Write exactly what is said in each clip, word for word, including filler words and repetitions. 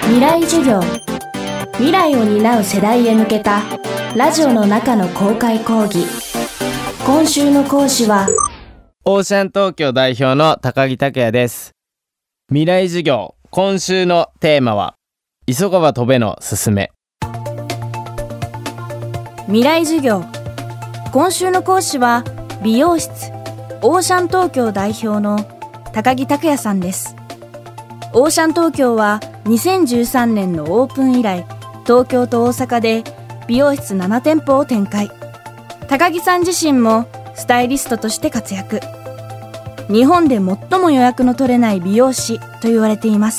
未来授業、未来を担う世代へ向けたラジオの中の公開講義。今週の講師はオーシャン東京代表の高木拓也です。未来授業、今週のテーマは急がば飛べのすすめ。 未来授業、今週の講師は美容室オーシャン東京代表の高木拓也さんです。オーシャン東京はにせんじゅうさんねんのオープン以来、東京と大阪で美容室ななてんぽを展開。高木さん自身もスタイリストとして活躍。日本で最も予約の取れない美容師と言われています。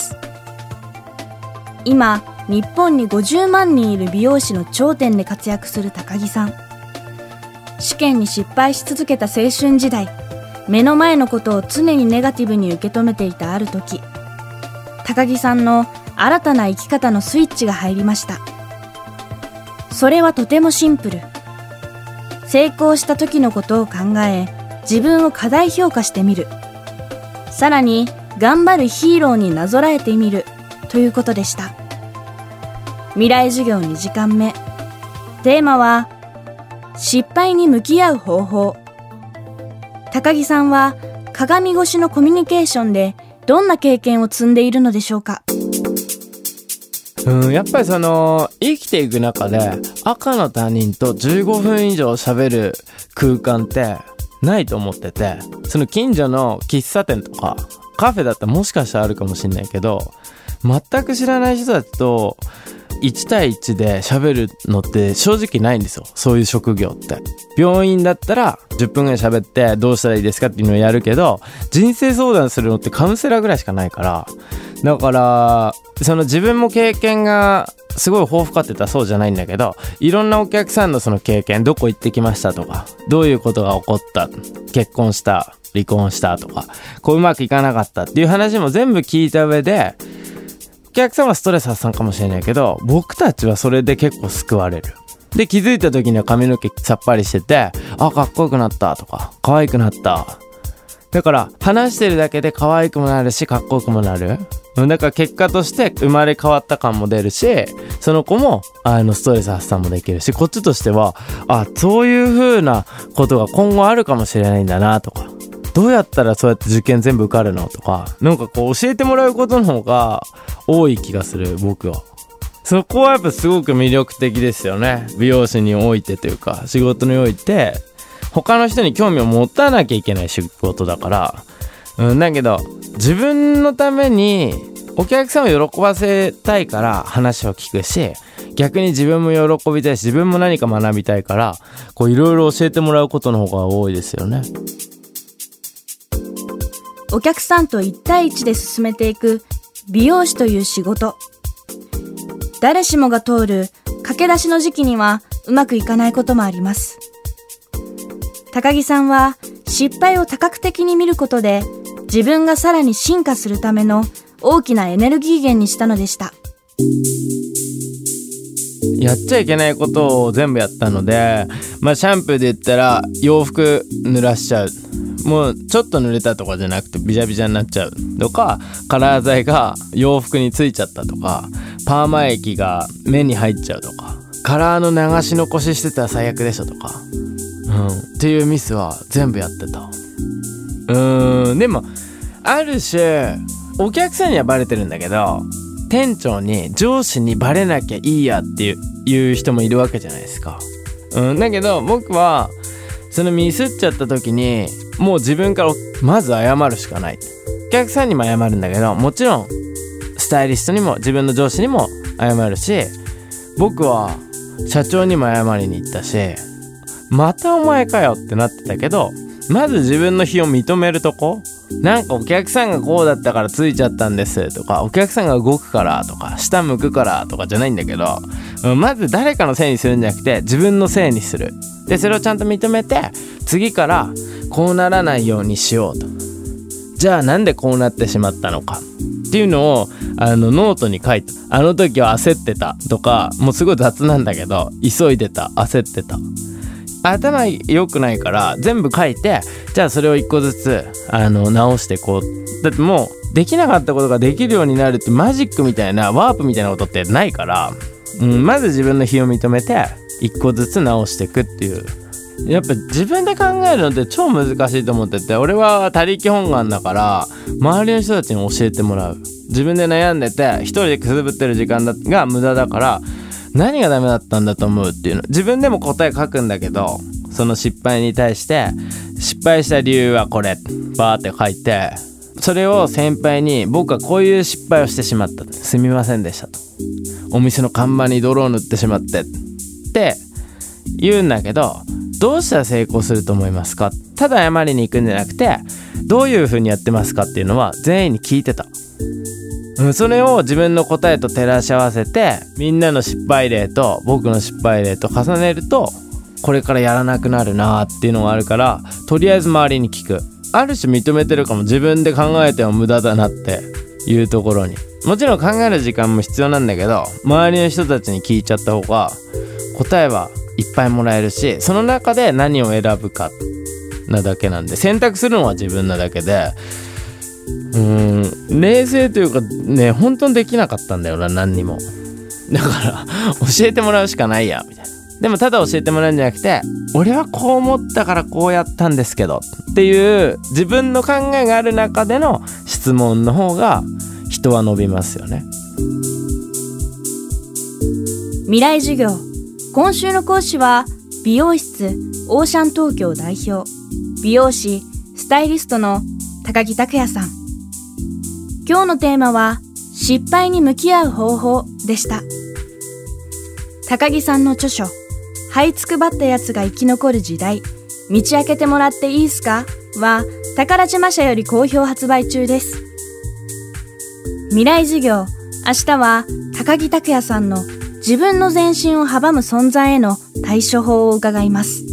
今、日本にごじゅうまんにんいる美容師の頂点で活躍する高木さん。試験に失敗し続けた青春時代、目の前のことを常にネガティブに受け止めていたある時、高木さんの新たな生き方のスイッチが入りました。それはとてもシンプル。成功した時のことを考え、自分を過大評価してみる。さらに頑張るヒーローになぞらえてみるということでした。未来授業にじかんめ、テーマは失敗に向き合う方法。高木さんは鏡越しのコミュニケーションでどんな経験を積んでいるのでしょうか。 うん、やっぱりその生きていく中で赤の他人とじゅうごふん以上喋る空間ってないと思ってて、その近所の喫茶店とかカフェだったらもしかしたらあるかもしれないけど、全く知らない人たちといち対いちで喋るのって正直ないんですよ。そういう職業って。病院だったらじゅっぷんぐらい喋ってどうしたらいいですかっていうのをやるけど、人生相談するのってカウンセラーぐらいしかないから、だからその自分も経験がすごい豊富かって言ったらそうじゃないんだけど、いろんなお客さんのその経験、どこ行ってきましたとか、どういうことが起こった、結婚した、離婚したとか、こううまくいかなかったっていう話も全部聞いた上で、お客さんはストレス発散かもしれないけど、僕たちはそれで結構救われる。で、気づいた時には髪の毛さっぱりしてて、あ、かっこよくなったとか、可愛くなった。だから話してるだけで可愛くもなるし、かっこよくもなる。だから結果として生まれ変わった感も出るし、その子もあのストレス発散もできるし、こっちとしては、あ、そういう風なことが今後あるかもしれないんだなとか、どうやったらそうやって受験全部受かるのとか、なんかこう教えてもらうことの方が多い気がする、僕は。そこはやっぱすごく魅力的ですよね。美容師においてというか、仕事において他の人に興味を持たなきゃいけない仕事だから、うん、だけど自分のためにお客さんを喜ばせたいから話を聞くし、逆に自分も喜びたいし、自分も何か学びたいから、こういろいろ教えてもらうことの方が多いですよね。 お客さんといち対いちで進めていく美容師という仕事。誰しもが通る駆け出しの時期にはうまくいかないこともあります。高木さんは失敗を多角的に見ることで、自分がさらに進化するための大きなエネルギー源にしたのでした。 やっちゃいけないことを全部やったので、まあシャンプーで言ったら洋服濡らしちゃう、もうちょっと濡れたとかじゃなくてビジャビジャになっちゃうとか、カラー剤が洋服についちゃったとか、パーマ液が目に入っちゃうとか、カラーの流し残ししてたら最悪でしょとか、うん、っていうミスは全部やってた。うーん、でもある種お客さんにはバレてるんだけど、店長に上司にバレなきゃいいやっていう、いう人もいるわけじゃないですか。うん、だけど僕はそのミスっちゃった時にもう自分からまず謝るしかない。お客さんにも謝るんだけど、もちろんスタイリストにも自分の上司にも謝るし、僕は社長にも謝りに行ったし、またお前かよってなってたけど、まず自分の非を認めるとこ、なんかお客さんがこうだったからついちゃったんですとか、お客さんが動くからとか下向くからとかじゃないんだけど、まず誰かのせいにするんじゃなくて自分のせいにする。でそれをちゃんと認めて、次からこうならないようにしようと。じゃあなんでこうなってしまったのかっていうのをあのノートに書いた。あの時は焦ってたとか、もうすごい雑なんだけど、急いでた、焦ってたっ頭良くないから全部書いて、じゃあそれを一個ずつあの直してこう。だってもうできなかったことができるようになるってマジックみたいなワープみたいなことってないから、うん、まず自分の非を認めて一個ずつ直していくっていう。やっぱ自分で考えるのって超難しいと思ってて、俺は他力本願だから周りの人たちに教えてもらう。自分で悩んでて一人でくすぶってる時間が無駄だから、何がダメだったんだと思うっていうの、自分でも答え書くんだけど、その失敗に対して失敗した理由はこれバーって書いて、それを先輩に僕はこういう失敗をしてしまった、すみませんでしたと、お店の看板に泥を塗ってしまってって言うんだけど、どうしたら成功すると思いますか、ただ謝りに行くんじゃなくてどういう風にやってますかっていうのは全員に聞いてた。うん、それを自分の答えと照らし合わせて、みんなの失敗例と僕の失敗例と重ねるとこれからやらなくなるなっていうのがあるから、とりあえず周りに聞く。ある種認めてるかも、自分で考えても無駄だなっていうところに。もちろん考える時間も必要なんだけど、周りの人たちに聞いちゃった方が答えはいっぱいもらえるし、その中で何を選ぶかなだけなんで、選択するのは自分なだけで、うーん冷静というかね、本当にできなかったんだよな、何にも。だから教えてもらうしかないやみたいな。でもただ教えてもらうんじゃなくて、俺はこう思ったからこうやったんですけどっていう自分の考えがある中での質問の方が人は伸びますよね。 未来授業、今週の講師は美容室オーシャン東京代表、美容師スタイリストの高木拓也さん。今日のテーマは失敗に向き合う方法でした。高木さんの著書、這いつくばったやつが生き残る時代、道開けてもらっていいすかは宝島社より好評発売中です。未来授業、明日は高木拓也さんの自分の前進を阻む存在への対処法を伺います。